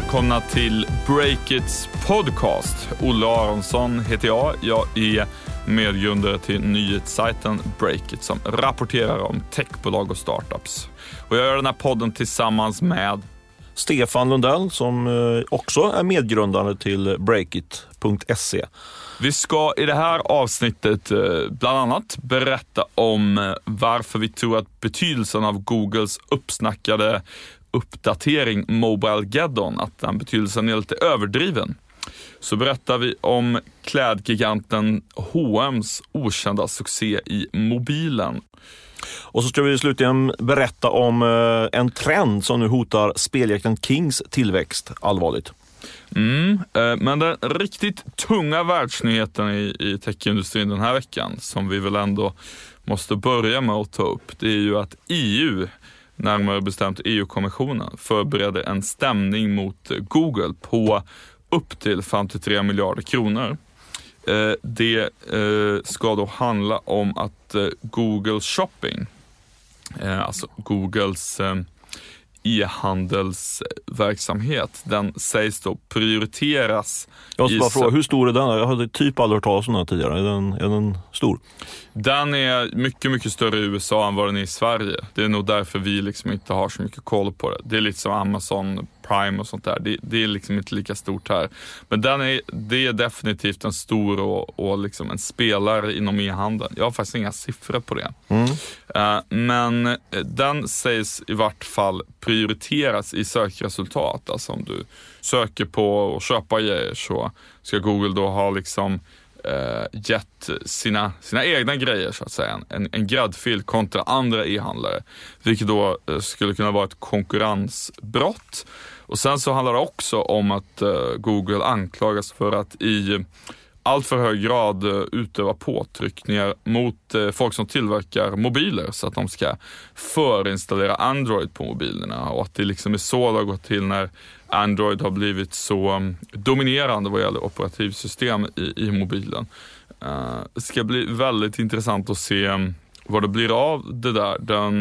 välkomna till Breakits podcast. Olle Aronsson heter jag. Jag är medgrundare till nyhetssajten Breakit som rapporterar om techbolag och startups. Och jag gör den här podden tillsammans med Stefan Lundell som också är medgrundare till Breakit.se. Vi ska i det här avsnittet bland annat berätta om varför vi tror att betydelsen av Googles uppsnackade uppdatering Mobilegeddon, att den betydelsen är lite överdriven. Så berättar vi om klädgiganten H&M's okända succé i mobilen. Och så ska vi slutligen berätta om en trend som nu hotar speljäkten Kings tillväxt allvarligt. Men den riktigt tunga världsnyheten i techindustrin den här veckan, som vi väl ändå måste börja med att ta upp, det är ju att EU, närmare bestämt EU-kommissionen, förbereder en stämning mot Google på upp till 53 miljarder kronor. Det ska då handla om att Google Shopping, alltså Googles e-handelsverksamhet, den sägs då prioriteras. Jag ska bara fråga, hur stor är den? Jag hade typ aldrig hört talas om den tidigare. Är den stor? Den är mycket, mycket större i USA än vad den är i Sverige. Det är nog därför vi liksom inte har så mycket koll på det. Det är lite som Amazon Prime och sånt där. Det är liksom inte lika stort här. Men det är definitivt en stor och liksom en spelare inom e-handeln. Jag har faktiskt inga siffror på det. Men den sägs i vart fall prioriteras i sökresultat. Alltså om du söker på att köpa grejer så ska Google då ha liksom gett sina egna grejer så att säga, en gräddfil kontra andra e-handlare, vilket då skulle kunna vara ett konkurrensbrott. Och sen så handlar det också om att Google anklagas för att i allt för hög grad utöva påtryckningar mot folk som tillverkar mobiler så att de ska förinstallera Android på mobilerna, och att det liksom är så det har gått till när Android har blivit så dominerande vad gäller operativsystem i mobilen. Det ska bli väldigt intressant att se vad det blir av det där.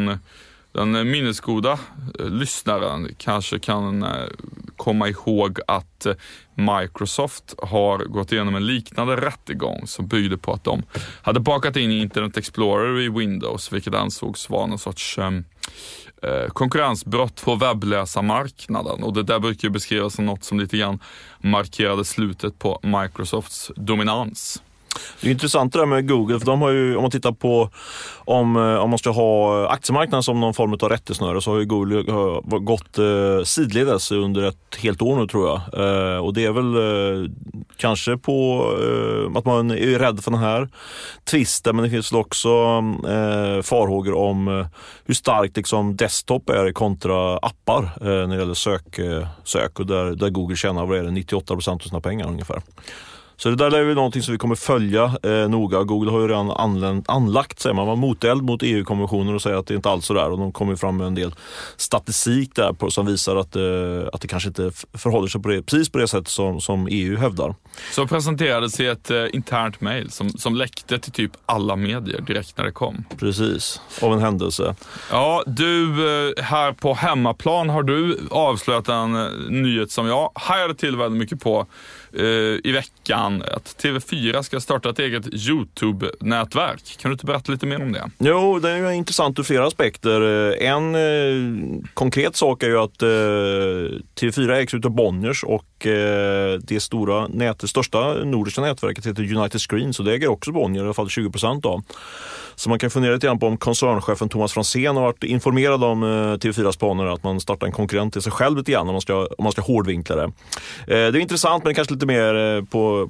Den minnesgoda lyssnaren kanske kan komma ihåg att Microsoft har gått igenom en liknande rättegång som byggde på att de hade bakat in Internet Explorer i Windows, vilket ansågs vara någon sorts konkurrensbrott på webbläsarmarknaden. Och det där brukar ju beskrivas som något som lite grann markerade slutet på Microsofts dominans. Det är intressant det där med Google, för de har ju, om man tittar på om man ska ha aktiemarknaden som någon form av rättesnöre, så har ju Google gått sidledes under ett helt år nu tror jag. Och det är väl kanske på att man är rädd för den här tvisten, men det finns också farhågor om hur starkt liksom desktop är kontra appar när det gäller sök och där Google tjänar 98% av sina pengar ungefär. Så det där är ju någonting som vi kommer följa noga. Google har ju redan anlagt, säger man moteld mot EU-kommissionen och säger att det inte alls så där. Och de kommer fram med en del statistik där som visar att det kanske inte förhåller sig precis på det sätt som EU hävdar. Så presenterades i ett internt mejl som läckte till typ alla medier direkt när det kom. Precis, av en händelse. Ja, du här på hemmaplan har du avslöjat en nyhet som jag hajade till väldigt mycket på i veckan, att TV4 ska starta ett eget YouTube-nätverk. Kan du inte berätta lite mer om det? Jo, det är intressant ur flera aspekter. En konkret sak är ju att TV4 ägs ut av Bonniers och det största nordiska nätverket heter United Screen, så det äger också Bonnier, i alla fall 20% av. Så man kan fundera lite grann på om koncernchefen Thomas Franzén har varit informerad om TV4s planer att man startar en konkurrent till sig själv lite grann om man ska hårdvinkla det. Det är intressant, men kanske lite mer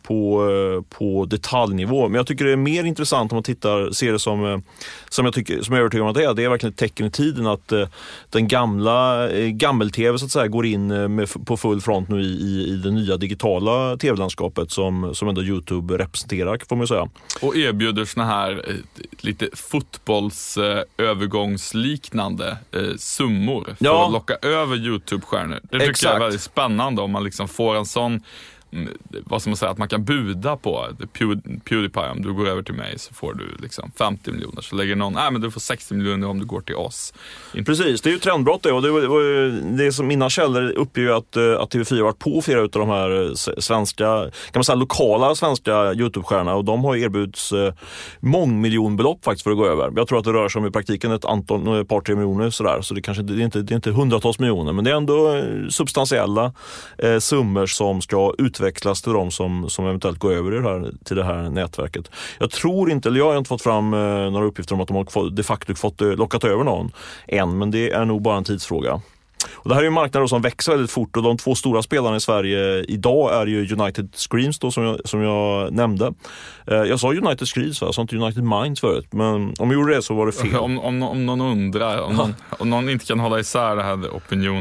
på detaljnivå. Men jag tycker det är mer intressant om man ser det som jag är övertygad om att det är verkligen ett tecken i tiden att den gammel-tv så att säga går in på full front nu i det nya digitala tv-landskapet som ändå YouTube representerar, får man säga. Och erbjuder såna här lite fotbollsövergångsliknande summor för att locka över YouTube-stjärnor. Det tycker jag är väldigt spännande om man liksom får en sån vad ska man säga, att man kan buda på PewDiePie. Om du går över till mig så får du liksom 50 miljoner. Så lägger någon, men du får 60 miljoner om du går till oss. Precis, det är ju trendbrott det. Och det som mina källor uppger ju att TV4 har varit på flera av de här svenska, kan man säga lokala svenska YouTube-stjärnorna. Och de har erbjudits mångmiljonbelopp faktiskt för att gå över. Jag tror att det rör sig om i praktiken ett par 3 miljoner sådär. Så det är inte hundratals miljoner. Men det är ändå substantiella summor som ska utväxlas till de som eventuellt går över till det här nätverket. Jag har inte fått fram några uppgifter om att de har de facto fått lockat över någon än, men det är nog bara en tidsfråga. Och det här är ju en marknad som växer väldigt fort, och de 2 stora spelarna i Sverige idag är ju United Screens då, som jag nämnde. Jag sa United Screens, jag sa inte United Minds förut, men om jag gjorde det så var det fel. Om någon undrar, om någon inte kan hålla isär det här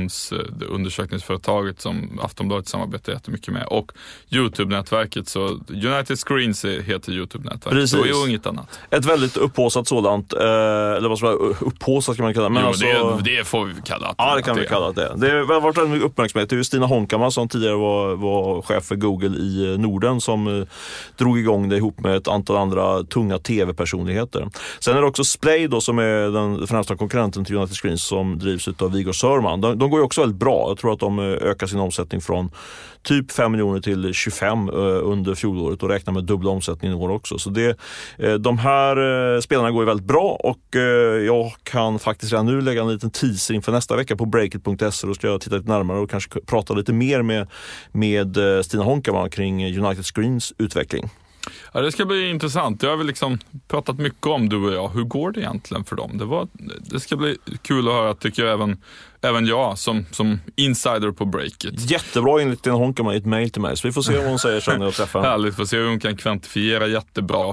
opinionsundersökningsföretaget som Aftonbladet samarbetar jättemycket med och YouTube-nätverket, så United Screens heter YouTube-nätverket. Precis. Så är ju inget annat. Ett väldigt upphåsat sådant, eller vad ska man upphåsat kan man kalla det. Men alltså, det får vi kalla det. Ja, det kan vi kalla det. Det har varit väldigt mycket uppmärksamhet. Det är ju Stina Honkama som tidigare var chef för Google i Norden som drog igång det ihop med ett antal andra tunga tv-personligheter. Sen är det också Splay då, som är den främsta konkurrenten till United Screens, som drivs av Viggo Sörman. De går ju också väldigt bra. Jag tror att de ökar sin omsättning från typ 5 miljoner till 25 under fjolåret och räknar med dubbla omsättningen i år också. Så de här spelarna går ju väldigt bra, och jag kan faktiskt redan nu lägga en liten teaser inför nästa vecka på breakit.se. Då ska jag titta lite närmare och kanske prata lite mer med Stina Honkama kring United Screens utveckling. Ja, det ska bli intressant. Jag har väl liksom pratat mycket om, du och jag. Hur går det egentligen för dem? Det ska bli kul att höra, tycker jag, även jag som insider på Breakit. Jättebra enligt Stina Honkama i ett mejl till mig. Så vi får se vad hon säger sen när jag träffar henne. Härligt, får se hur hon kan kvantifiera jättebra.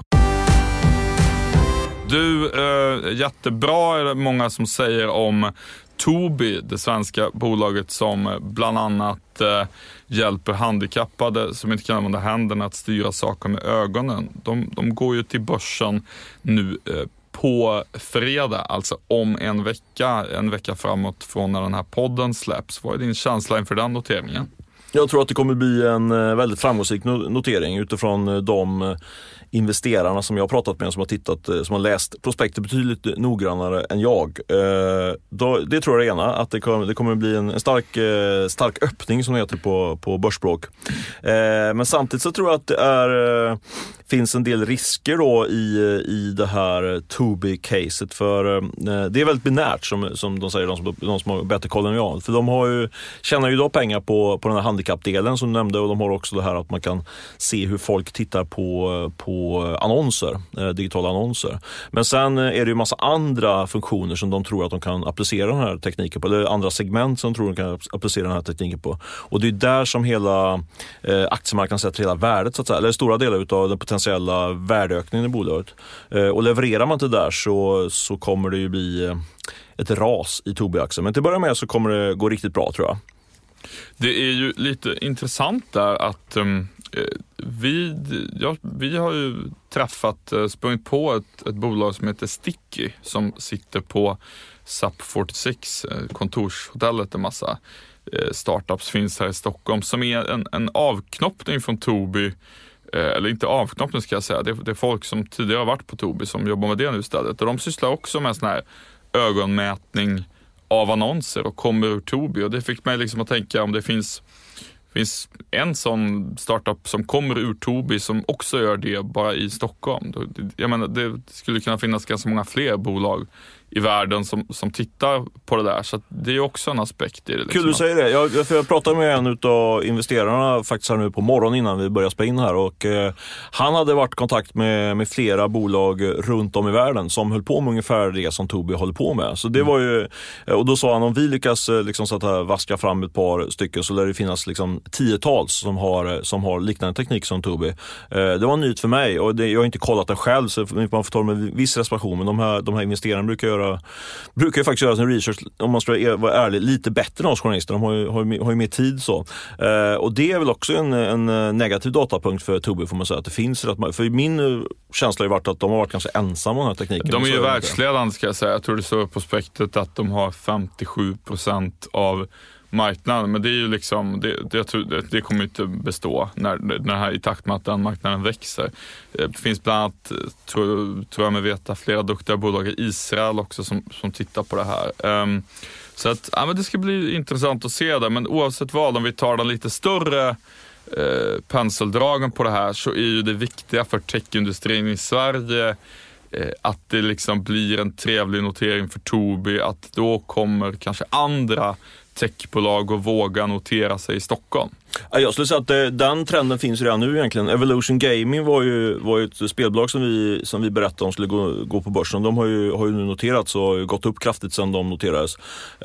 Du, jättebra är det många som säger om Tobii, det svenska bolaget som bland annat hjälper handikappade som inte kan använda händerna att styra saker med ögonen. De går ju till börsen nu på fredag, alltså om en vecka framåt från när den här podden släpps. Vad är din känsla inför den noteringen? Jag tror att det kommer bli en väldigt framgångsrik notering utifrån de investerarna som jag har pratat med, som har läst prospektet betydligt noggrannare än jag. Det tror jag är ena, att det kommer bli en stark öppning som det heter på börsspråk. Men samtidigt så tror jag att det finns en del risker då i det här Tobii-caset, för det är väldigt binärt som de säger, de som har bättre koll än jag. För de tjänar ju då pengar på den här handikappdelen som du nämnde, och de har också det här att man kan se hur folk tittar på annonser, digitala annonser. Men sen är det ju massa andra funktioner som de tror att de kan applicera den här tekniken på, eller andra segment som de tror att de kan applicera den här tekniken på. Och det är där som hela aktiemarknaden sätter hela värdet, så att säga, eller stora delar av den potentiella värdeökningen i bolaget. Och levererar man till där så kommer det ju bli ett ras i Tobii-aktien. Men till att börja med så kommer det gå riktigt bra, tror jag. Det är ju lite intressant där att vi har ju sprungit på ett bolag som heter Sticky, som sitter på SAP 46, kontorshotellet, en massa startups finns här i Stockholm, som är en avknoppning från Tobii. Eller inte avknoppning ska jag säga, det är folk som tidigare har varit på Tobii som jobbar med det nu istället. Och de sysslar också med sån här ögonmätning av annonser och kommer ur Tobii. Och det fick mig liksom att tänka om det finns en sån startup som kommer ur Tobii som också gör det bara i Stockholm. Jag menar, det skulle kunna finnas ganska många fler bolag i världen som tittar på det där, så att det är också en aspekt i det. Liksom. Kul du säger det. Jag pratade med en av investerarna faktiskt här nu på morgonen innan vi började spela in här, och han hade varit i kontakt med flera bolag runt om i världen som höll på med ungefär det som Tobii håller på med. Så det var ju, och då sa han, om vi lyckas liksom så att vaska fram ett par stycken så lär det finnas liksom 10-tals som har liknande teknik som Tobii. Det var nytt för mig, och jag har inte kollat det själv, så man får ta med viss reservation, men de här investerarna brukar ju faktiskt göra sin research, om man ska vara ärlig, lite bättre än oss journalister. De har ju mer tid så. Och det är väl också en negativ datapunkt för Tobii, får man säga, att det finns för min känsla har varit att de har varit ganska ensamma om den här tekniken. De är ju världsledande, ska jag säga. Jag tror det står på prospektet att de har 57% av marknaden. Men det är ju liksom, det kommer ju inte bestå när här, i takt med att den marknaden växer. Det finns bland annat, tror jag mig veta, flera duktiga bolag i Israel också som tittar på det här. Så att, men det ska bli intressant att se det. Men oavsett vad, om vi tar den lite större penseldragen på det här, så är ju det viktiga för techindustrin i Sverige att det liksom blir en trevlig notering för Tobii, att då kommer kanske andra techbolag att våga notera sig i Stockholm. Jag skulle säga att den trenden finns redan nu egentligen. Evolution Gaming var ju ett spelbolag som vi berättade om skulle gå på börsen. De har ju nu noterats och gått upp kraftigt sedan de noterades.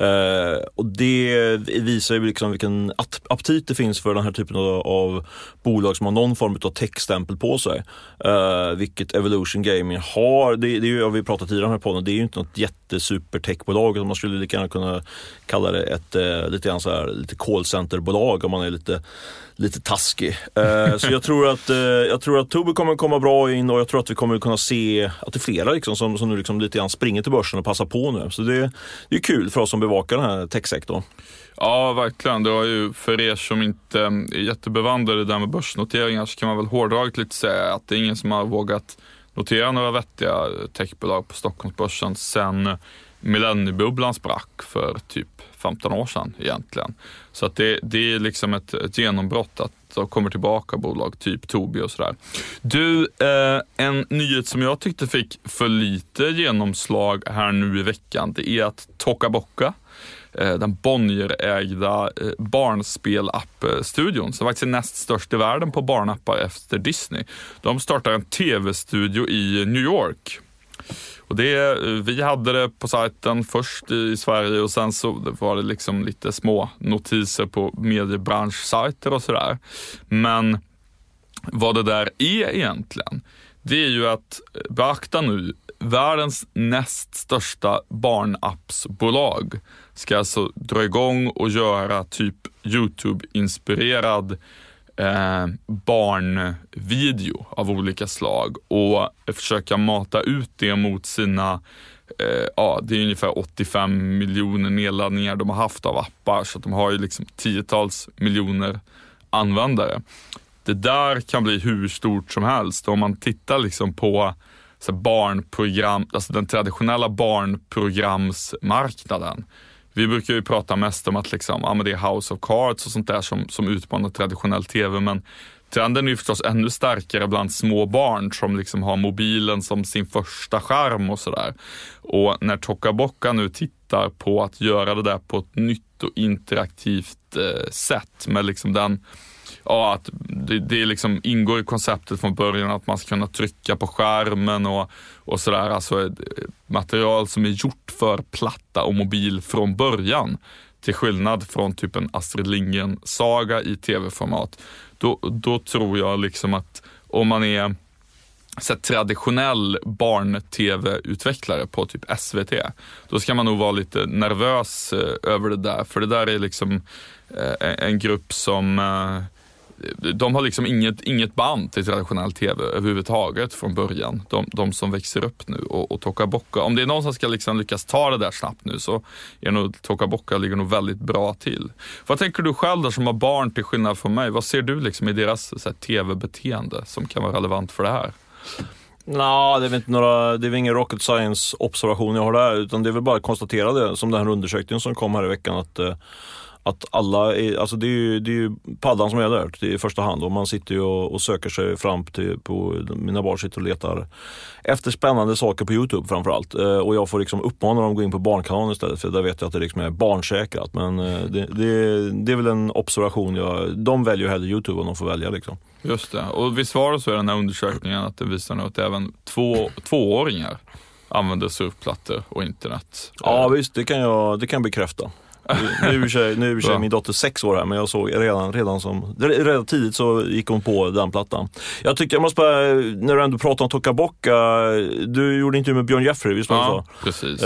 Och det visar ju liksom vilken aptit det finns för den här typen av bolag som har någon form av tech-stämpel på sig. Vilket Evolution Gaming har. Det är ju, vi pratat tidigare om här podden, det är ju inte något jättesuper-techbolag. Man skulle lika gärna kunna kalla det ett lite callcenterbolag om man är lite taskig. Så jag tror att Tobii kommer komma bra in, och jag tror att vi kommer kunna se att det är flera liksom, som nu liksom lite grann springer till börsen och passar på nu. Så det är kul för oss som bevakar den här techsektorn. Ja, verkligen. Det var ju för er som inte är jättebevandrade där med börsnoteringar, så kan man väl hårdraget lite säga att det är ingen som har vågat notera några vettiga techbolag på Stockholmsbörsen sen millenniebubblan sprack för typ 15 år sedan egentligen. Så att det är liksom ett genombrott att de kommer tillbaka bolag typ Tobii och sådär. Du, en nyhet som jag tyckte fick för lite genomslag här nu i veckan, det är att Toca Boca, den Bonnier-ägda barnspel-app-studion, som faktiskt är näst störst i världen på barnappar efter Disney. De startar en tv-studio i New York. Och vi hade det på sajten först i Sverige, och sen så var det liksom lite små notiser på mediebranschsajter och sådär. Men vad det där är egentligen, det är ju att beakta nu, världens näst största barnappsbolag ska alltså dra igång och göra typ YouTube-inspirerad barnvideo av olika slag och försöka mata ut det mot sina det är ungefär 85 miljoner nedladdningar de har haft av appar, så att de har ju liksom tiotals miljoner användare. Det där kan bli hur stort som helst om man tittar liksom på så barnprogram, alltså den traditionella barnprogramsmarknaden. Vi brukar ju prata mest om att liksom, men det är House of Cards och sånt där som utmanar traditionell tv, men trenden är ju förstås ännu starkare bland små barn som liksom har mobilen som sin första skärm och sådär. Och när Toca Boca nu tittar på att göra det där på ett nytt och interaktivt sätt med liksom den, att det liksom ingår i konceptet från början att man ska kunna trycka på skärmen och sådär, alltså ett material som är gjort för platta och mobil från början, till skillnad från typ en Astrid Lindgren-saga i tv-format. Då tror jag liksom att om man är så traditionell barn-tv-utvecklare på typ SVT, då ska man nog vara lite nervös över det där, för det där är liksom en grupp som de har liksom inget band till traditionell tv överhuvudtaget från början, de som växer upp nu, och Toca Boca, om det är någon som ska liksom lyckas ta det där snabbt nu, så är nog Toca Boca ligger nog väldigt bra till. Vad tänker du själv där som har barn till skillnad från mig? Vad ser du liksom i deras så här, tv-beteende som kan vara relevant för det här? Det är väl ingen rocket science observation jag har där, utan det är väl bara att konstatera det, som den här undersökningen som kom här i veckan, att alla alltså det är ju paddan som är där i första hand, och man sitter ju och söker sig fram på mina barn sitter och letar efter spännande saker på YouTube framförallt, och jag får liksom uppmana dem att gå in på Barnkanalen istället, för där vet jag att det liksom är barnsäkrat, men det är väl en observation de väljer ju hellre YouTube om de får välja liksom. Just det, och visst var det så i den här undersökningen att det visar nu att även tvååringar använder surfplattor och internet? Ja visst, det kan jag bekräfta. Nu är min dotter 6 år här, men jag såg redan tidigt så gick hon på den plattan. Jag måste bara, när du ändå pratar om Toca Boca, du gjorde intervju med Björn Jeffrey, visst var det så? Ja, precis.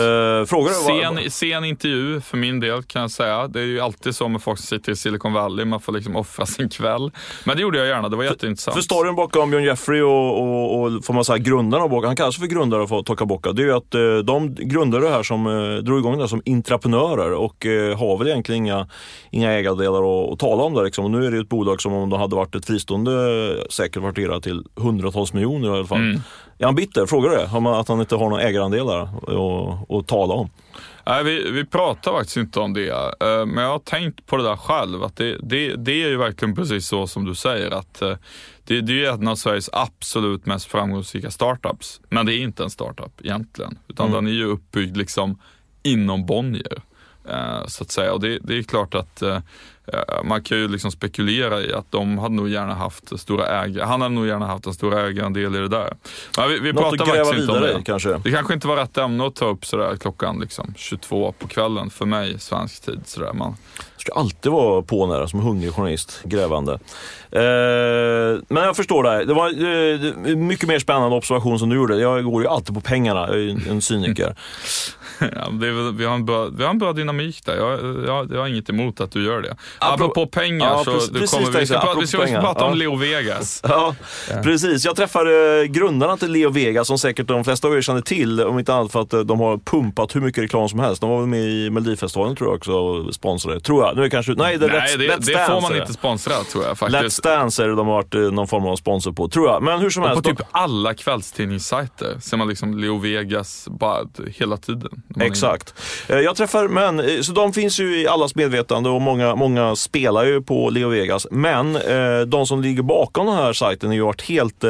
Sen intervju för min del kan jag säga. Det är ju alltid så med folk som sitter i Silicon Valley, man får liksom offra sin kväll. Men det gjorde jag gärna, det var jätteintressant. För storyn bakom Björn Jeffrey och får man säga grundarna av Boca, han kallas för grundare av Toca Boca, det är ju att de grundare här som drog igång det som intraprenörer och har väl egentligen inga ägardelar att tala om där liksom. Och nu är det ett bolag som om de hade varit ett fristående säkert värderat till hundratals miljoner i alla fall. Är han bitter? Frågar du det? Att han inte har några ägarandelar att tala om? Nej, vi pratar faktiskt inte om det. Men jag har tänkt på det där själv. Att det är ju verkligen precis så som du säger. Att det är ju en av Sveriges absolut mest framgångsrika startups. Men det är inte en startup egentligen. Utan den är ju uppbyggd liksom inom Bonnier. Så att säga. Och det är klart att man kan ju liksom spekulera i att de hade nog gärna haft stora ägare. Han hade nog gärna haft en stor ägarandel i det där. Men vi pratar faktiskt inte om det. Kanske. Det kanske inte var rätt ämne att ta upp sådär klockan liksom 22 på kvällen för mig, svensk tid. Sådär. Man ska alltid vara på nära som hungrig journalist, grävande. Men jag förstår det. Det var mycket mer spännande observation som du gjorde. Jag går ju alltid på pengarna, jag är en cyniker. Ja, vi har en bra dynamik där. Jag har inget emot att du gör det. Apropå pengar vi ska prata om Leo Vegas. Ja, precis. Jag träffade grundarna till Leo Vegas som säkert de flesta av er känner till, om inte annat för att de har pumpat hur mycket reklam som helst. De var väl med i Melodifestivalen tror jag också och sponsrade. Tror jag. Nu är det kanske det får man inte sponsra tror jag faktiskt. Let's Dance är det de har varit någon form av sponsor på, tror jag. Men hur som helst. På typ alla kvällstidningssajter ser man liksom Leo Vegas bara hela tiden. Exakt. Jag träffar så de finns ju i allas medvetande och många spelar ju på Leo Vegas. Men de som ligger bakom den här sajten har ju varit helt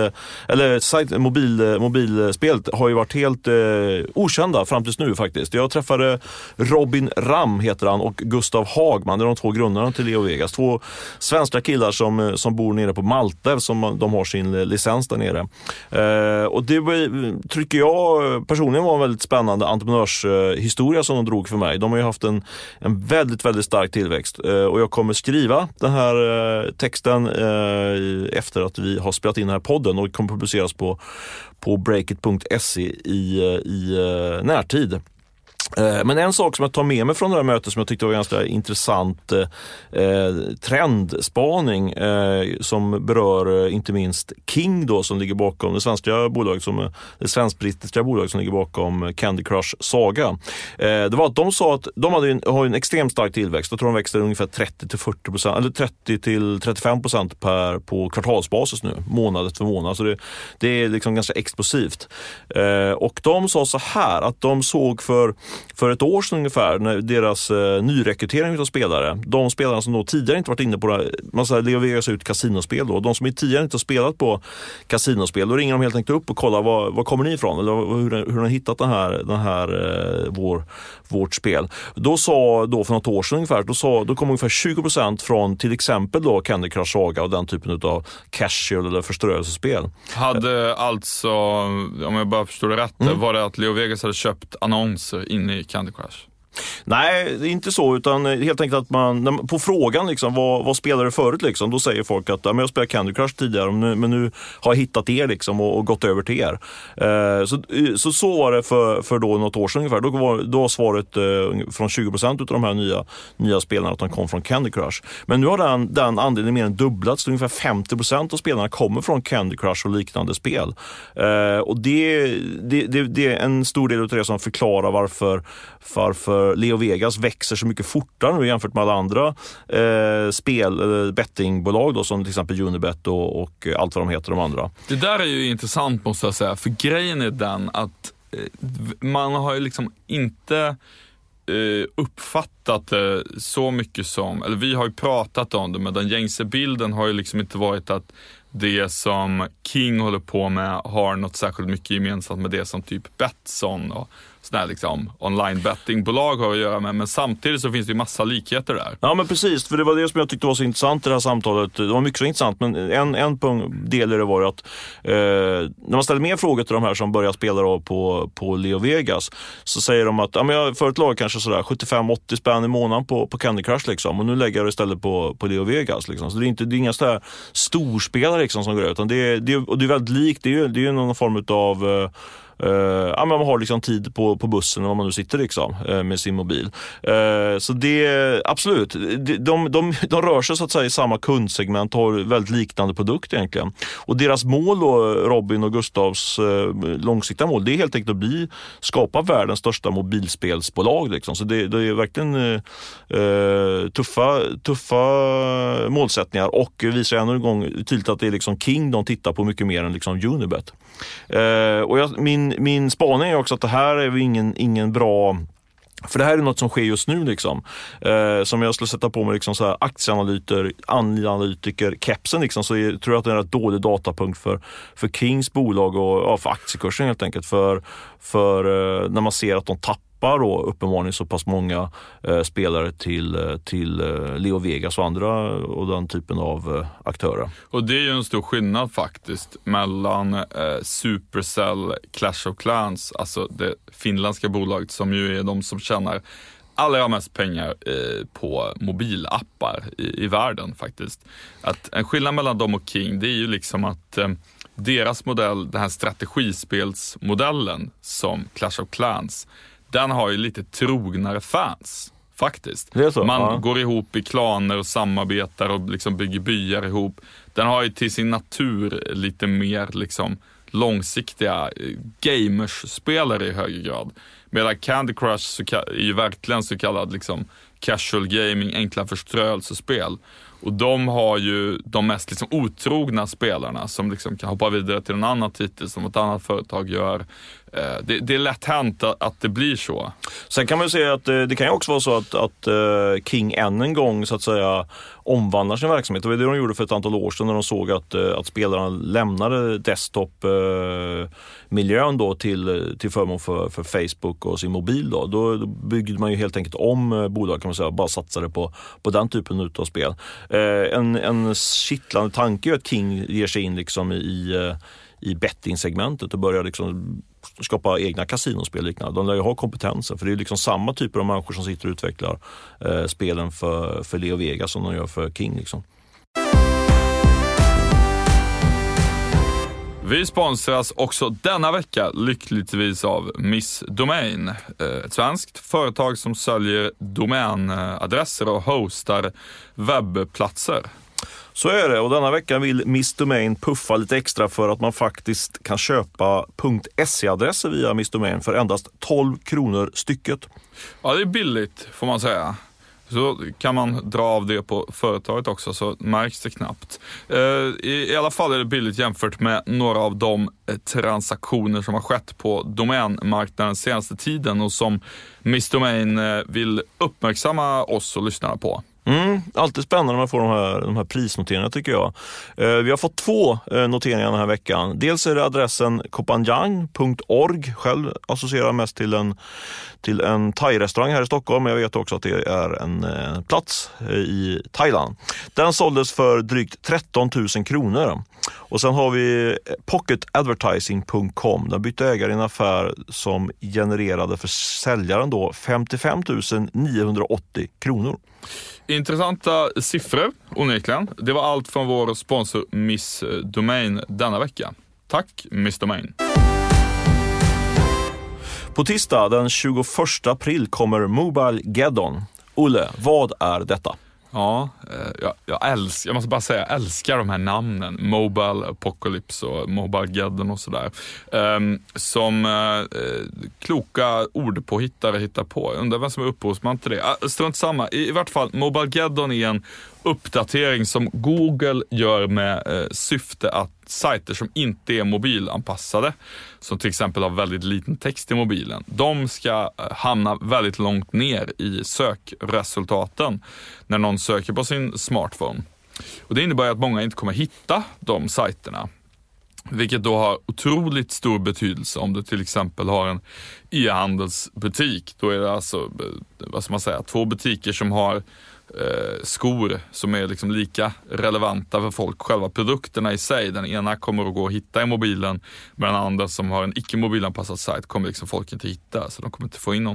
mobilspelet har ju varit helt okända fram tills nu faktiskt. Jag träffade Robin Ram heter han och Gustav Hagman, det är de två grundarna till Leo Vegas. Två svenska killar som bor nere på Malta som de har sin licens där nere. Och det tycker jag personligen var en väldigt spännande entreprenörshistoria som de drog för mig. De har ju haft en väldigt, väldigt stark tillväxt. Och jag kommer skriva den här texten efter att vi har spelat in den här podden och kommer publiceras på breakit.se i närtid. Men en sak som jag tar med mig från det här mötet som jag tyckte var ganska intressant trendspaning som berör inte minst King då som ligger bakom det svenska bolaget det svensk-brittiska bolaget som ligger bakom Candy Crush Saga. Det var att de sa att de har en extremt stark tillväxt. Jag tror de växer ungefär 30-40% eller 30-35% på kvartalsbasis nu, månad efter månad. Så det är liksom ganska explosivt. Och de sa så här att de såg för ett år sedan ungefär när deras nyrekrytering av spelare, de spelarna som då tidigare inte varit inne på det, man säger Leo Vegas ut kasinospel då, de som tidigare inte har spelat på kasinospel, då ringer de helt enkelt upp och kollar var kommer ni ifrån eller hur har ni hittat vårt spel. Då för något år sedan ungefär, då kom ungefär 20% från till exempel då Candy Crush Saga och den typen av casual eller förstörelsespel. Hade alltså, om jag bara förstår det rätt, var det att Leo Vegas hade köpt annonser inne i Candy Crush? Nej, det är inte så, utan helt enkelt att man på frågan liksom, vad spelar du förut liksom, då säger folk att jag spelar Candy Crush tidigare men nu har jag hittat er liksom och gått över till er. Så var det för då något år sedan ungefär. Då var svaret från 20% av de här nya spelarna att de kom från Candy Crush. Men nu har den andelen mer än dubblats. Ungefär 50% av spelarna kommer från Candy Crush och liknande spel. Och det är en stor del av det som förklarar varför Leo Vegas växer så mycket fortare nu jämfört med alla andra spel eller bettingbolag då, som till exempel Unibet och allt vad de heter de andra. Det där är ju intressant måste jag säga, för grejen är den att man har ju liksom inte uppfattat det så mycket som, eller vi har ju pratat om det, men den gängse bilden har ju liksom inte varit att det som King håller på med har något särskilt mycket gemensamt med det som typ Betsson och sådana här liksom online bettingbolag har att göra med, men samtidigt så finns det ju massa likheter där. Ja men precis, för det var det som jag tyckte var så intressant i det här samtalet. Det var mycket så intressant, men en del i det var att när man ställer mer frågor till de här som börjar spela då på Leo Vegas, så säger de att jag för ett lag kanske sådär 75-80 spänn i månaden på Candy Crush liksom, och nu lägger jag det istället på Leo Vegas liksom. Så det är inga sådär storspelare liksom som går ut, utan det är väldigt likt, det är ju någon form av man har liksom tid på bussen om man nu sitter liksom, med sin mobil. Så det absolut, de rör sig så att säga i samma kundsegment, har väldigt liknande produkt egentligen. Och deras mål då, Robin och Gustavs långsiktiga mål, det är helt enkelt att skapa världens största mobilspelsbolag liksom. Så det är verkligen tuffa målsättningar, och visar ännu en gång tydligt att det är liksom King de tittar på mycket mer än liksom Unibet. Och min spaning är också att det här är ingen bra, för det här är något som sker just nu liksom. Som jag skulle sätta på mig liksom så här aktieanalytiker kepsen liksom, så tror jag att det är en dålig datapunkt för Kings bolag och för aktiekursen helt enkelt, för när man ser att de tappar då uppenbarligen så pass många spelare till Leo Vegas och andra och den typen av aktörer. Och det är ju en stor skillnad faktiskt mellan Supercell, Clash of Clans, alltså det finländska bolaget som ju är de som tjänar allra mest pengar på mobilappar i världen faktiskt. Att en skillnad mellan dem och King, det är ju liksom att deras modell, den här strategispelsmodellen som Clash of Clans, den har ju lite trognare fans faktiskt. Man går ihop i klaner och samarbetar och liksom bygger byar ihop. Den har ju till sin natur lite mer liksom långsiktiga gamersspelare i högre grad. Medan Candy Crush är ju verkligen så kallad liksom casual gaming, enkla förströelsespel. Och de har ju de mest liksom otrogna spelarna som liksom kan hoppa vidare till en annan titel som ett annat företag gör. Det är lätt hänt att det blir så. Sen kan man ju säga att det kan ju också vara så att King än en gång så att säga omvandlar sin verksamhet. Det var det de gjorde för ett antal år sedan när de såg att spelarna lämnade desktop-miljön då till förmån för Facebook och sin mobil. Då byggde man ju helt enkelt om bolag, kan man säga, bara satsade på den typen av spel. En kittlande tanke är att King ger sig in liksom i betting-segmentet och börjar liksom skapa egna kasinospel liknande. De lär ju ha kompetenser, för det är liksom samma typer av människor som sitter och utvecklar spelen för Leo Vegas som de gör för King liksom. Vi sponsras också denna vecka lyckligtvis av Miss Domain, ett svenskt företag som säljer domänadresser och hostar webbplatser. Så är det, och denna vecka vill Miss Domain puffa lite extra för att man faktiskt kan köpa .se-adresser via Miss Domain för endast 12 kronor stycket. Ja, det är billigt får man säga. Så kan man dra av det på företaget också, så märks det knappt. I alla fall är det billigt jämfört med några av de transaktioner som har skett på domänmarknaden senaste tiden och som Miss Domain vill uppmärksamma oss och lyssnarna på. Alltid spännande när man får de här prisnoteringarna tycker jag. Vi har fått 2 noteringar den här veckan. Dels är det adressen kopanjang.org. Själv associerar mest till en thai-restaurang här i Stockholm, men jag vet också att det är en plats i Thailand. Den såldes för drygt 13 000 kronor. Och sen har vi pocketadvertising.com. Den bytte ägare i en affär som genererade för säljaren då 55 980 kronor. Intressanta siffror, onekligen. Det var allt från vår sponsor Miss Domain denna vecka. Tack Miss Domain. På tisdag den 21 april kommer Mobilegeddon. Olle, vad är detta? Ja, jag måste bara säga, jag älskar de här namnen. Mobile Apocalypse och Mobilegeddon och sådär. Som kloka ordpåhittare hittar på. Jag undrar vem som är upphovsman till det. Strunt samma. I vart fall, Mobilegeddon är en uppdatering som Google gör med syfte att sajter som inte är mobilanpassade, som till exempel har väldigt liten text i mobilen, de ska hamna väldigt långt ner i sökresultaten när någon söker på sin smartphone. Och det innebär att många inte kommer hitta de sajterna, vilket då har otroligt stor betydelse om du till exempel har en e-handelsbutik. Då är det alltså, vad ska man säga, 2 butiker som har skor som är liksom lika relevanta för folk, själva produkterna i sig. Den ena kommer att gå att hitta i mobilen, men den andra som har en icke-mobilanpassad sajt kommer liksom folk inte hitta, så de kommer inte få in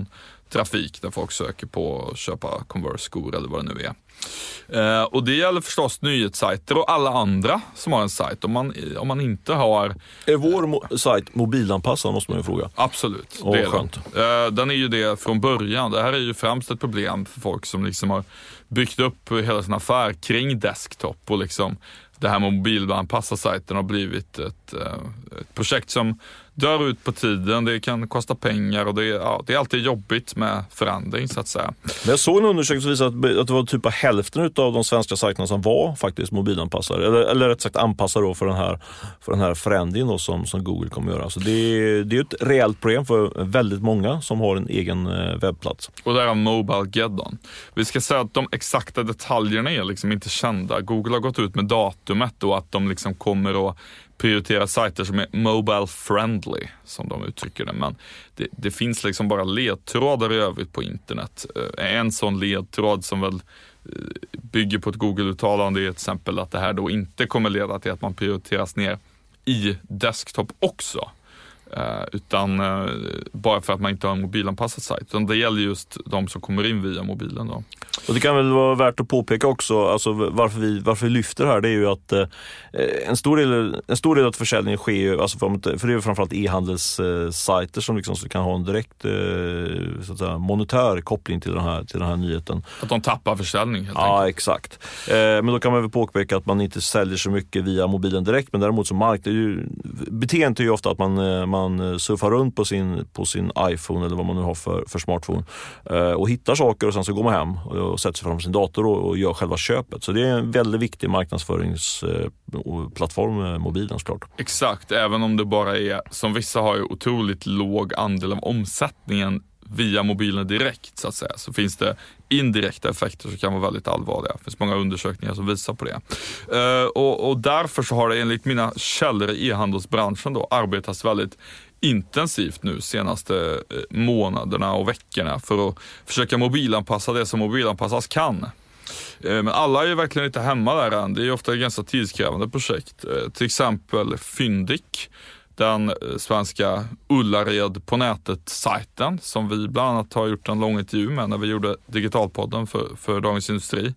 trafik där folk söker på att köpa Converse-skor eller vad det nu är. Och det gäller förstås nyhetssajter och alla andra som har en sajt. Om man inte har... Är vår sajt mobilanpassad, måste man ju fråga. Absolut, det är skönt. Den är ju det från början. Det här är ju främst ett problem för folk som liksom har byggt upp hela sin affär kring desktop, och liksom det här med mobilanpassa sajten har blivit ett projekt som dör ut på tiden. Det kan kosta pengar och det är alltid jobbigt med förändring, så att säga. Men jag såg en undersökning som visade att det var typ av hälften av de svenska sajterna som var faktiskt mobilanpassade, eller rätt sagt anpassade då för den här förändringen då som Google kommer göra. Så det är ett reellt problem för väldigt många som har en egen webbplats. Och det är Mobilegeddon. Vi ska säga att de exakta detaljerna är liksom inte kända. Google har gått ut med datumet då att de liksom kommer att prioritera sajter som är mobile friendly, som de uttrycker det. Men det finns liksom bara ledtrådar i övrigt på internet. En sån ledtråd som väl bygger på ett Google-uttalande är till exempel att det här då inte kommer leda till att man prioriteras ner i desktop också. Utan bara för att man inte har en mobilanpassad sajt. Utan det gäller just de som kommer in via mobilen då. Och det kan väl vara värt att påpeka också, alltså varför vi lyfter här, det är ju att en stor del av försäljningen sker ju, alltså för det är ju framförallt e-handelssajter som liksom kan ha en direkt så att säga, monetär koppling till den här nyheten. Att de tappar försäljning helt enkelt. Ja, exakt. Men då kan man väl påpeka att man inte säljer så mycket via mobilen direkt, men däremot så beteendet är ju ofta att man surfar runt på sin iPhone eller vad man nu har för smartphone och hittar saker, och sen så går man hem och sätter sig fram sin dator och gör själva köpet. Så det är en väldigt viktig marknadsföringsplattform, mobilen såklart. Exakt, även om det bara är, som vissa har ju otroligt låg andel av omsättningen via mobilen direkt, så att säga, så finns det indirekta effekter som kan vara väldigt allvarliga. Det finns många undersökningar som visar på det. Och därför så har det enligt mina källor i e-handelsbranschen då arbetats väldigt intensivt nu senaste månaderna och veckorna för att försöka mobilanpassa det som mobilanpassas kan. Men alla är ju verkligen inte hemma där än. Det är ju ofta ett ganska tidskrävande projekt. Till exempel Fyndik, den svenska Ullared på nätet-sajten som vi bland annat har gjort en lång intervju med när vi gjorde Digitalpodden för Dagens Industri.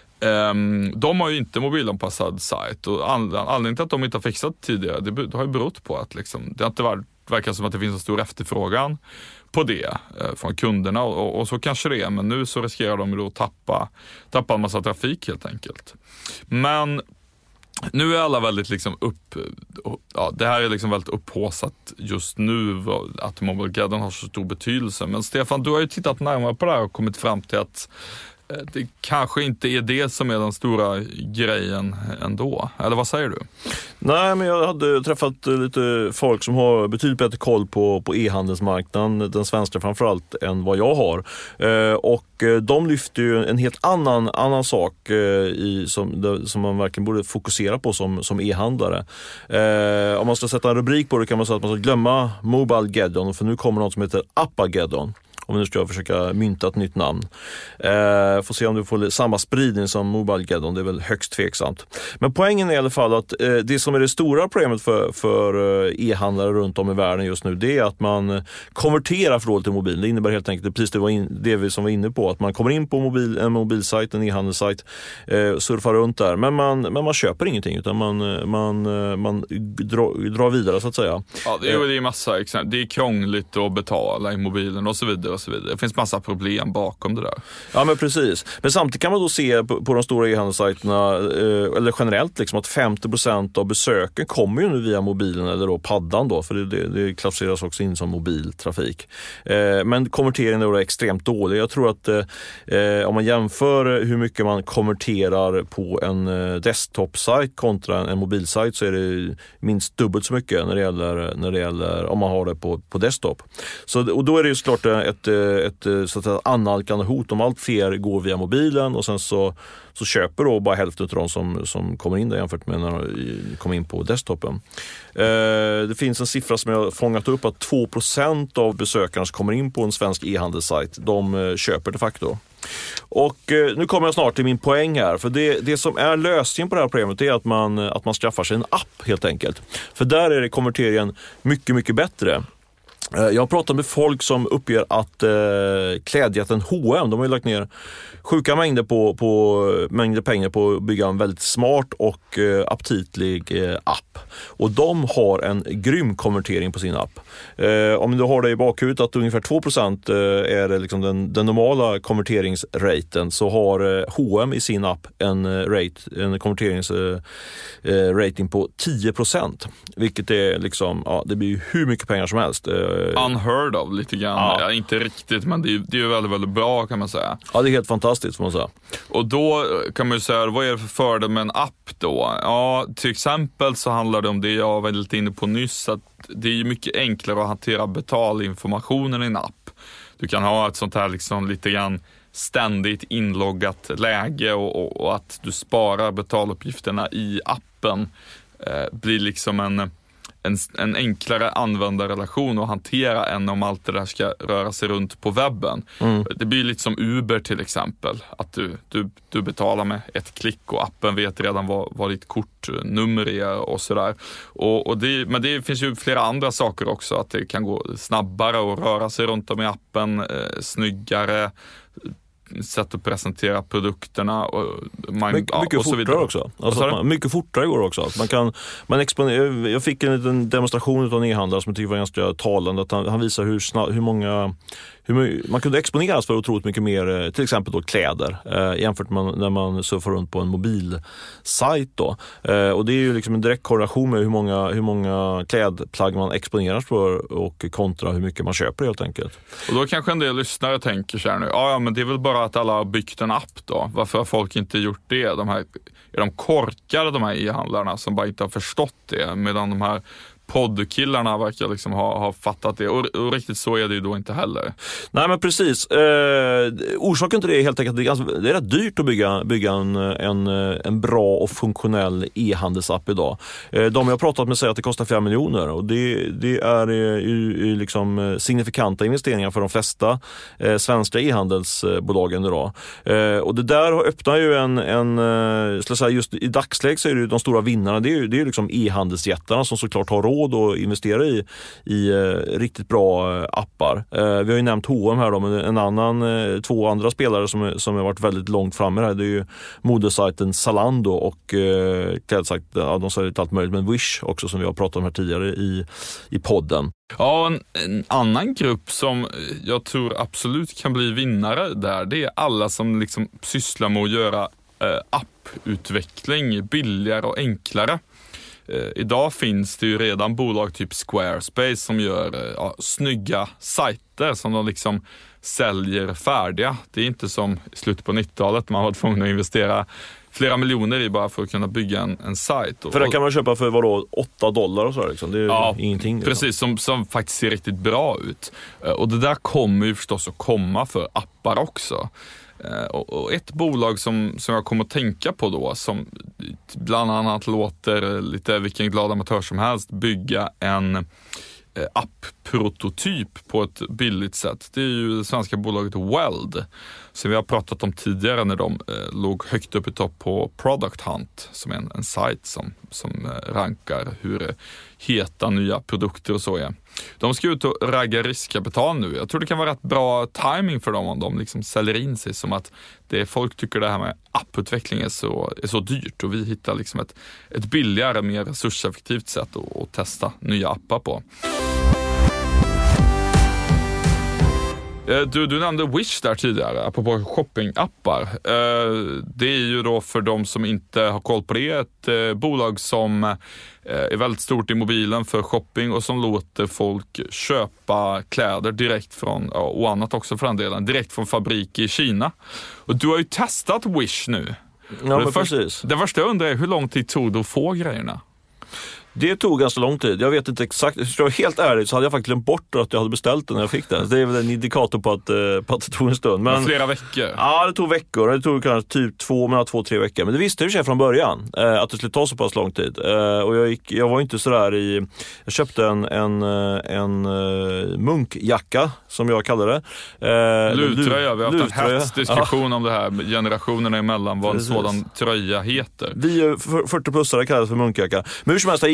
De har ju inte mobilanpassad sajt, och anledningen till att de inte har fixat tidigare, det har ju berott på att liksom, det har inte verkar som att det finns en stor efterfrågan på det från kunderna, och så kanske det är, men nu så riskerar de ju då tappa en massa trafik helt enkelt. Men nu är alla väldigt liksom det här är liksom väldigt upphaussat just nu att Mobilegeddon har så stor betydelse. Men Stefan, du har ju tittat närmare på det här och kommit fram till att det kanske inte är det som är den stora grejen ändå. Eller vad säger du? Nej, men jag hade träffat lite folk som har betydligt bättre koll på e-handelsmarknaden, den svenska framförallt, än vad jag har. Och de lyfter ju en helt annan sak som man verkligen borde fokusera på som e-handlare. Om man ska sätta en rubrik på det kan man säga att man ska glömma Mobilegeddon, för nu kommer något som heter Appageddon. Om vi nu ska försöka mynta ett nytt namn. Får se om du får samma spridning som Mobilegeddon. Det är väl högst tveksamt. Men poängen är i alla fall att det som är det stora problemet för e-handlare runt om i världen just nu, det är att man konverterar för dåligt till mobilen. Det innebär helt enkelt precis det vi som var inne på. Att man kommer in på en mobilsajt, en e-handelssajt, surfar runt där. Men man köper ingenting, utan man drar vidare så att säga. Ja, det är massa exempel. Det är krångligt att betala i mobilen och så vidare. Det finns massa problem bakom det där. Ja, men precis. Men samtidigt kan man då se på de stora e-handelssajterna, eller generellt liksom, att 50% av besöken kommer ju nu via mobilen eller då paddan då, för det klassificeras också in som mobiltrafik. Men konverteringen är då extremt dålig. Jag tror att om man jämför hur mycket man konverterar på en desktop-sajt kontra en mobilsajt, så är det minst dubbelt så mycket när det gäller om man har det på desktop. Och då är det ju såklart ett så att säga annalkande hot om allt fler går via mobilen, och sen så köper då bara hälften av de som kommer in där jämfört med när de kommer in på desktopen. Det finns en siffra som jag har fångat upp, att 2% av besökarna som kommer in på en svensk e-handelssajt, de köper de facto. Och nu kommer jag snart till min poäng här, för det som är lösningen på det här problemet är att man skaffar sig en app helt enkelt. För där är det konverteringen mycket, mycket bättre. Jag har pratat med folk som uppger att klädjätten H&M, de har ju lagt ner sjuka mängder pengar på att bygga en väldigt smart och aptitlig app. Och de har en grym konvertering på sin app. Om du har det i bakhuvudet att ungefär 2% är det liksom den normala konverteringsraten, så har H&M i sin app en konverteringsrating på 10%. Vilket är liksom, ja, det blir ju hur mycket pengar som helst. Unheard of lite grann. Ja, inte riktigt, men det är ju väldigt, väldigt bra kan man säga. Ja, det är helt fantastiskt får man säga. Och då kan man ju säga, vad är det för fördel med en app då? Ja, till exempel så handlar det om det jag var lite inne på nyss, att det är ju mycket enklare att hantera betalinformationen i en app. Du kan ha ett sånt här liksom lite grann ständigt inloggat läge och att du sparar betaluppgifterna i appen blir liksom en enklare användarrelation att hantera än om allt det där ska röra sig runt på webben. Det blir lite som Uber till exempel, att du betalar med ett klick och appen vet redan vad ditt kortnummer är och sådär. Men det finns ju flera andra saker också, att det kan gå snabbare att röra sig runt om i appen, snyggare sätt att presentera produkterna och mycket och så fortare också. Alltså mycket fortare går också. Jag fick en liten demonstration av en e-handlare som jag tycker var ganska talande, att han visar hur man kunde exponeras för otroligt mycket mer, till exempel då kläder, jämfört med när man surfar runt på en mobilsajt då. Och det är ju liksom en direkt korrelation med hur många klädplagg man exponeras för och kontra hur mycket man köper helt enkelt. Och då kanske en del lyssnare tänker så här nu, ja men det är väl bara att alla har byggt en app då. Varför har folk inte gjort det? Är de korkade, de här e-handlarna, som bara inte har förstått det, medan de här poddkillarna verkar liksom ha fattat det. Och riktigt så är det ju då inte heller. Nej, men precis. Orsaken till det är helt enkelt att det är rätt dyrt att bygga en bra och funktionell e-handelsapp idag. De jag har pratat med säger att det kostar 5 miljoner och det är ju liksom signifikanta investeringar för de flesta svenska e-handelsbolagen idag. Och det där öppnar ju skulle säga, just i dagsläget så är det ju de stora vinnarna. Det är ju liksom e-handelsjättarna som såklart har råd att investera i riktigt bra appar. Vi har ju nämnt H&M här då, men två andra spelare som har varit väldigt långt framme här, det är ju modesajten Zalando och klädsajten, de säger allt möjligt, men Wish också, som vi har pratat om här tidigare i podden. Ja, en annan grupp som jag tror absolut kan bli vinnare där, det är alla som liksom sysslar med att göra apputveckling billigare och enklare. Idag finns det ju redan bolag typ Squarespace som gör snygga sajter som de liksom säljer färdiga. Det är inte som i slutet på 90-talet man var tvungen att investera flera miljoner i bara för att kunna bygga en sajt. För det kan man köpa för $8 och så liksom. Det är ingenting. Precis, som faktiskt ser riktigt bra ut. Och det där kommer ju förstås att komma för appar också. Och ett bolag som jag kommer att tänka på då, som bland annat låter lite vilken glad amatör som helst bygga en app-prototyp på ett billigt sätt, det är ju det svenska bolaget Weld, som vi har pratat om tidigare när de låg högt upp i topp på Product Hunt, som är en sajt som rankar hur heta nya produkter och så är. De ska ut och ragga riskkapital nu. Jag tror det kan vara rätt bra timing för dem om de liksom säljer in sig som att folk tycker det här med apputveckling är så dyrt, och vi hittar liksom ett billigare, mer resurseffektivt sätt att testa nya appar på. Du nämnde Wish där tidigare, apropå shoppingappar. Det är ju då, för de som inte har koll på det, ett bolag som är väldigt stort i mobilen för shopping och som låter folk köpa kläder direkt från, och annat också för den delen, direkt från fabrik i Kina. Och du har ju testat Wish nu. Ja, men precis. Det första jag undrar är, hur lång tid tog det att få grejerna? Det tog ganska lång tid. Jag vet inte exakt. Jag ska vara helt ärlig så hade jag faktiskt glömt bort att jag hade beställt den när jag fick den. Det är väl en indikator på att det tog en stund. Men flera veckor? Ja, det tog veckor. Det tog kanske typ 2-3 veckor. Men det visste jag från början att det skulle ta så pass lång tid. Och jag var inte sådär jag köpte en munkjacka, som jag kallar det. Luvtröja. Vi har haft en häftsdiskussion om det här generationerna emellan, vad en sådan tröja heter. Vi 40-plussare kallar det för munkjacka. Men hur som helst, jag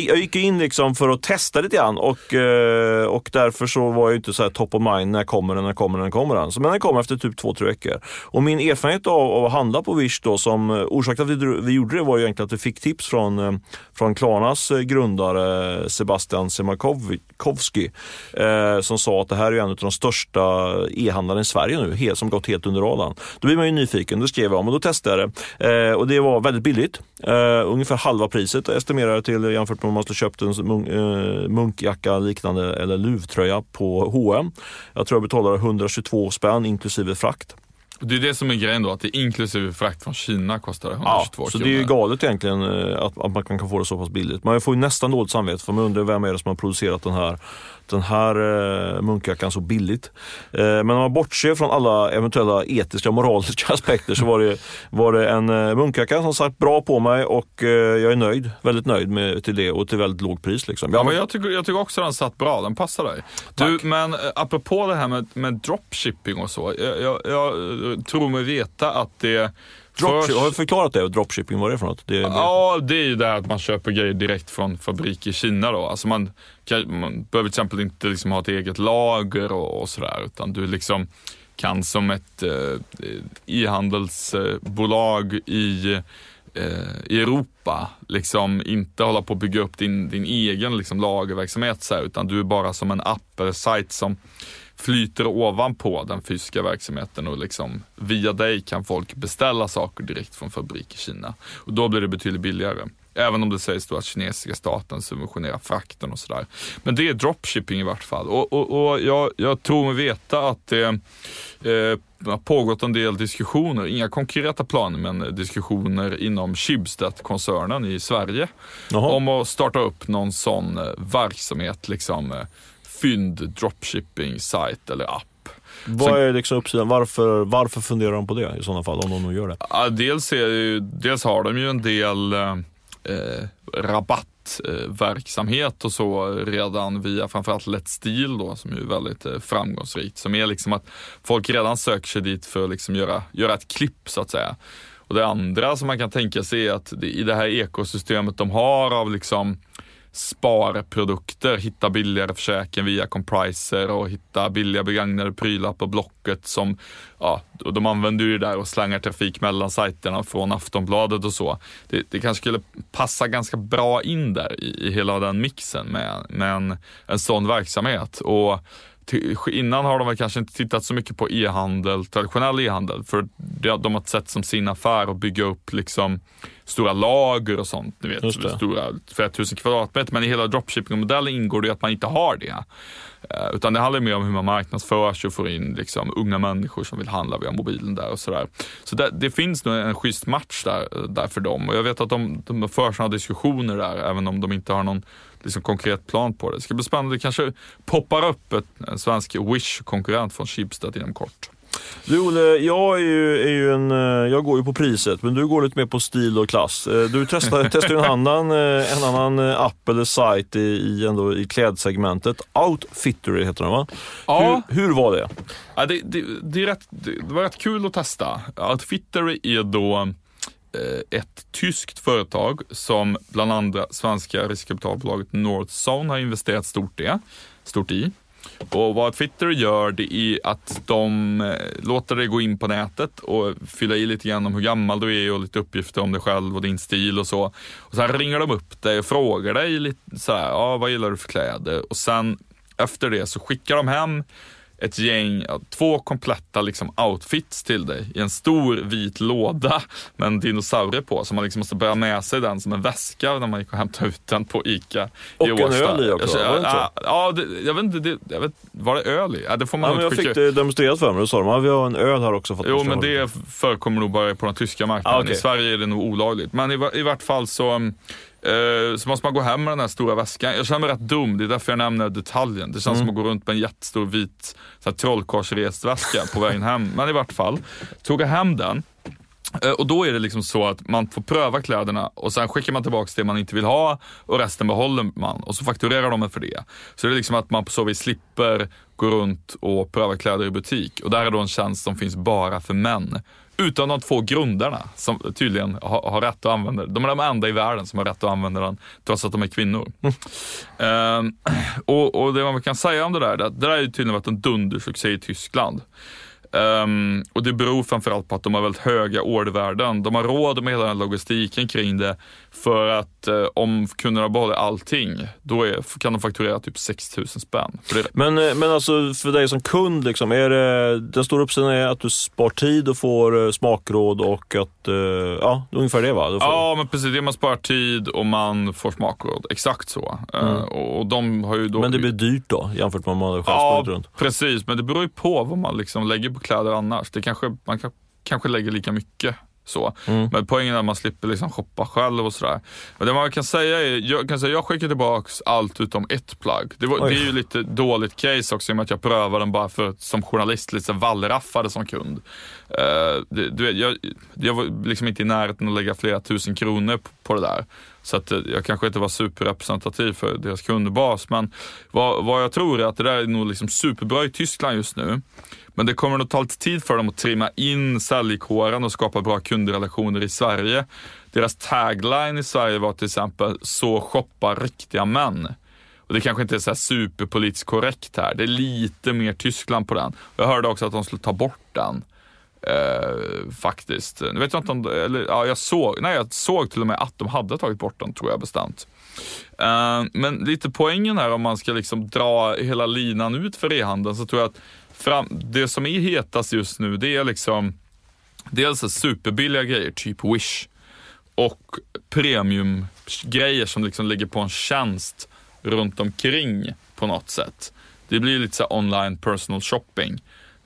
jag gick in liksom för att testa lite grann och därför så var jag inte så här top of mind när kommer den. Så men den kom efter typ 2-3 veckor. Och min erfarenhet av att handla på Wish då, som orsaken att vi gjorde det var ju egentligen att vi fick tips från Klarnas grundare Sebastian Siemiatkowski som sa att det här är en av de största e-handlarna i Sverige nu, som gått helt under radarn. Då blir man ju nyfiken, då skrev jag om och då testade jag det. Och det var väldigt billigt. Ungefär halva priset estimerade till jämfört med om man skulle köpt en munkjacka liknande eller luvtröja på H&M. Jag tror jag betalade 122 spänn inklusive frakt. Det är det som är grejen då, att det inklusive frakt från Kina kostar 122 kronor. Så det är ju galet egentligen att man kan få det så pass billigt. Man får ju nästan dåligt samvete för man undrar vem är det som har producerat den här munkjackan så billigt. Men om man bortser från alla eventuella etiska och moraliska aspekter så var det en munkjacka som satt bra på mig och jag är nöjd, väldigt nöjd med till det och till väldigt låg pris liksom. Ja, men jag tycker också den satt bra, den passar dig. Du, men apropå det här med dropshipping och så, jag tror mig veta att det... Har jag förklarat det? Dropshipping, vad är det för något? Ja, det är ju det att man köper grejer direkt från fabrik i Kina då. Alltså man behöver till exempel inte liksom ha ett eget lager och sådär, utan du liksom kan som ett e-handelsbolag i Europa liksom inte hålla på att bygga upp din egen liksom lagerverksamhet så här, utan du är bara som en app eller sajt som flyter ovanpå den fysiska verksamheten och liksom via dig kan folk beställa saker direkt från fabrik i Kina. Och då blir det betydligt billigare. Även om det sägs då att kinesiska staten subventionerar frakten och sådär. Men det är dropshipping i vart fall. Och jag tror mig veta att det har pågått en del diskussioner, inga konkreta planer men diskussioner inom Schibsted-koncernen i Sverige. Jaha. Om att starta upp någon sån verksamhet liksom fynd dropshipping sajt eller app. Vad är liksom uppsidan? Varför funderar de på det i sådana fall om de nu gör det? Ja, dels har de ju en del rabattverksamhet och så redan via framförallt Let's Deal då, som är väldigt framgångsrikt, som är liksom att folk redan söker sig dit för att liksom göra ett klipp så att säga. Och det andra som man kan tänka sig är att i det här ekosystemet de har av liksom sparprodukter, hitta billigare försäkring via Compriser och hitta billiga begagnade prylar på Blocket som, ja, och de använder ju det där och slänger trafik mellan sajterna från Aftonbladet och så. Det kanske skulle passa ganska bra in där i hela den mixen med en sån verksamhet. Och innan har de väl kanske inte tittat så mycket på e-handel, traditionell e-handel, för de har sett som sin affär att bygga upp liksom stora lager och sånt, ni vet, stora 4000 kvadratmeter, men i hela dropshipping-modellen ingår det att man inte har det. Utan det handlar mer om hur man marknadsför sig och får in liksom unga människor som vill handla via mobilen där och sådär. Så det finns nog en schysst match där för dem, och jag vet att de för sådana diskussioner där, även om de inte har någon liksom konkret plan på det. Det ska bli spännande, det kanske poppar upp en svensk Wish-konkurrent från Schibsted inom kort. Du Olle, jag går ju på priset, men du går lite mer på stil och klass. Du testar en annan app eller sajt i klädsegmentet. Outfittery heter den, va? Ja. Hur var det? Ja, det var rätt kul att testa. Outfittery är då ett tyskt företag som bland andra svenska riskkapitalbolaget Northzone har investerat stort i. Och vad Twitter gör, det är att de låter dig gå in på nätet och fylla i lite grann om hur gammal du är och lite uppgifter om dig själv och din stil och så. Och sen ringer de upp dig och frågar dig lite så här, ja, vad gillar du för kläder? Och sen efter det så skickar de hem ett gäng, 2 kompletta liksom outfits till dig i en stor vit låda med en dinosaurie på, så man liksom måste bära med sig den som en väska när man gick och hämtade ut den på Ica och i Årsta. En öl i också, jag vet inte, var det öl i? Ja, det får man jag fick det demonstrerat för mig, då sa de, vi har en öl här också. Jo, men det förekommer nog bara på den tyska marknaden. Okay. I Sverige är det nog olagligt, men i vart fall så måste man gå hem med den här stora väskan. Jag känner mig rätt dum, det är därför jag nämner detaljen. Det känns som att gå runt med en jättestor vit trollkarlsrestväska på vägen hem. Men i vart fall tog jag hem den. Och då är det liksom så att man får pröva kläderna och sen skickar man tillbaka det man inte vill ha och resten behåller man och så fakturerar de för det. Så det är liksom att man på så vis slipper gå runt och pröva kläder i butik. Och där är då en tjänst som finns bara för män. Utan de 2 grundarna som tydligen har rätt att använda den. De är de enda i världen som har rätt att använda den trots att de är kvinnor. Och det man kan säga om det där är ju tydligen varit en dundersuccé i Tyskland. Och det beror framförallt på att de har väldigt höga ordervärden. De har råd med hela den logistiken kring det för att om kunderna behåller allting då kan de fakturera typ 6 000 spänn. Men alltså för dig som kund liksom, är det, den stora uppsidan är att du spar tid och får smakråd och att, ungefär det va? Ja men precis, det man sparar tid och man får smakråd, exakt så. Och de har ju då... Men det blir dyrt då jämfört med om man själv sparat runt? Ja precis, men det beror ju på vad man liksom lägger på kläder annars. Man kanske lägger lika mycket så. Men poängen är att man slipper liksom shoppa själv och sådär. Men det man kan säga är, jag skickar tillbaks allt utom ett plagg. Det är ju lite dåligt case också i och med att jag prövade den bara för som journalist lite vallraffade som kund. Jag var liksom inte i närheten att lägga flera tusen kronor på det där. Så att jag kanske inte var superrepresentativ för deras kundbas. Men vad jag tror är att det där är nog liksom superbra i Tyskland just nu. Men det kommer nog ta lite tid för dem att trimma in säljkåren och skapa bra kundrelationer i Sverige. Deras tagline i Sverige var till exempel så shoppar riktiga män. Och det kanske inte är så här superpolitiskt korrekt här. Det är lite mer Tyskland på den. Jag hörde också att de skulle ta bort den. Faktiskt. Nu vet jag inte om jag såg till och med att de hade tagit bort den, tror jag bestämt. Men lite poängen här om man ska liksom dra hela linan ut för e-handeln så tror jag att det som är hetast just nu det är liksom dels superbilliga grejer typ Wish och premiumgrejer som liksom ligger på en tjänst runt omkring på något sätt. Det blir lite så online personal shopping.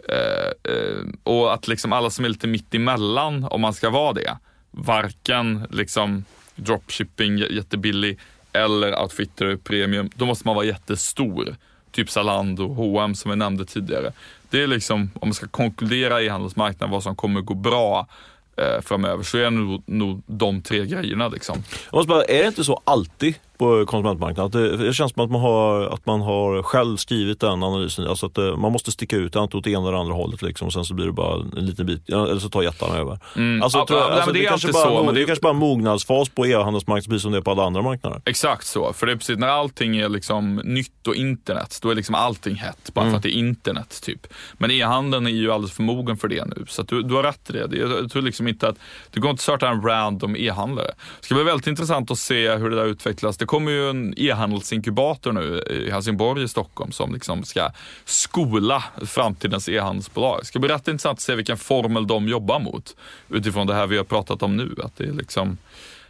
Och att liksom alla som är lite mitt emellan om man ska vara det, varken liksom dropshipping jättebillig eller outfitter premium, då måste man vara jättestor, typ Zalando, H&M som jag nämnde tidigare. Det är liksom, om man ska konkludera i handelsmarknaden vad som kommer gå bra framöver, så är det nog de 3 grejerna liksom. Jag måste bara, är det inte så alltid på konsumentmarknaden? Det känns som att man har själv skrivit den analysen, alltså att man måste sticka ut antingen åt ena eller andra hållet liksom, och sen så blir det bara en liten bit, eller så tar jättarna över. Det är kanske bara, men det är kanske bara en mognadsfas på e-handelsmarknaden precis som det är på alla andra marknader. Exakt så, för det är precis när allting är liksom nytt och internet, då är liksom allting hett bara för att det är internet typ. Men e-handeln är ju alldeles för mogen för det nu, så att du har rätt i det. Jag tror liksom inte att det går inte att starta en random e-handlare. Det ska bli väldigt intressant att se hur det där utvecklas. Det kommer ju en e-handelsinkubator nu i Helsingborg i Stockholm som liksom ska skola framtidens e-handelsbolag. Det ska bli rätt intressant att se vilken formel de jobbar mot utifrån det här vi har pratat om nu. Att det är liksom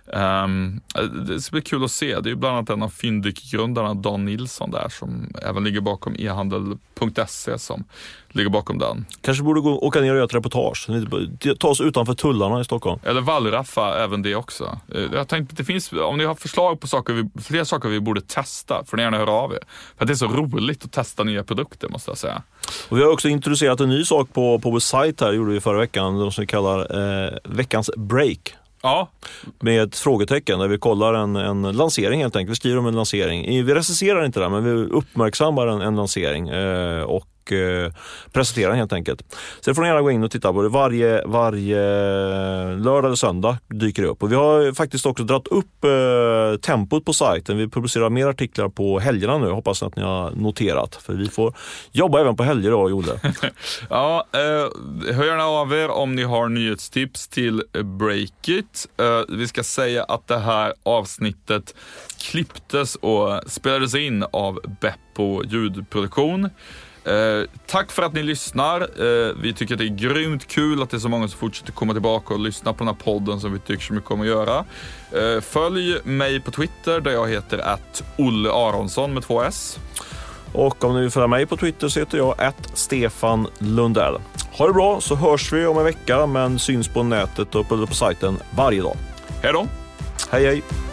det ska bli kul att se. Det är ju bland annat en av Fyndik-grundarna Dan Nilsson där som även ligger bakom e-handel.se som ligger bakom den. Kanske borde åka ner och göra ett reportage. Ta oss utanför tullarna i Stockholm. Eller Wallraffa, även det också. Jag tänkte att det finns, om ni har förslag på fler saker vi borde testa, får ni gärna höra av er. För att det är så roligt att testa nya produkter, måste jag säga. Och vi har också introducerat en ny sak på vår sajt här, gjorde vi förra veckan, som vi kallar veckans break. Ja. Med ett frågetecken där vi kollar en lansering helt enkelt. Vi skriver om en lansering. Vi recenserar inte det, men vi uppmärksammar en lansering och presenterar helt enkelt. Så får ni gärna gå in och titta på det. Varje lördag eller söndag dyker det upp. Och vi har faktiskt också dratt upp tempot på sajten. Vi publicerar mer artiklar på helgerna nu. Hoppas att ni har noterat. För vi får jobba även på helger då, Jode. Ja, hör gärna av er om ni har nyhetstips till Breakit. Vi ska säga att det här avsnittet klipptes och spelades in av Beppo ljudproduktion. Tack för att ni lyssnar. Vi tycker att det är grymt kul att det är så många som fortsätter komma tillbaka och lyssna på den här podden som vi tycker så mycket om att göra. Följ mig på Twitter där jag heter @Olle Aronsson med 2S. Och om ni vill följa mig på Twitter så heter jag @Stefan Lundell. Ha det bra, så hörs vi om en vecka, men syns på nätet och på sajten varje dag. Hej då! Hej hej!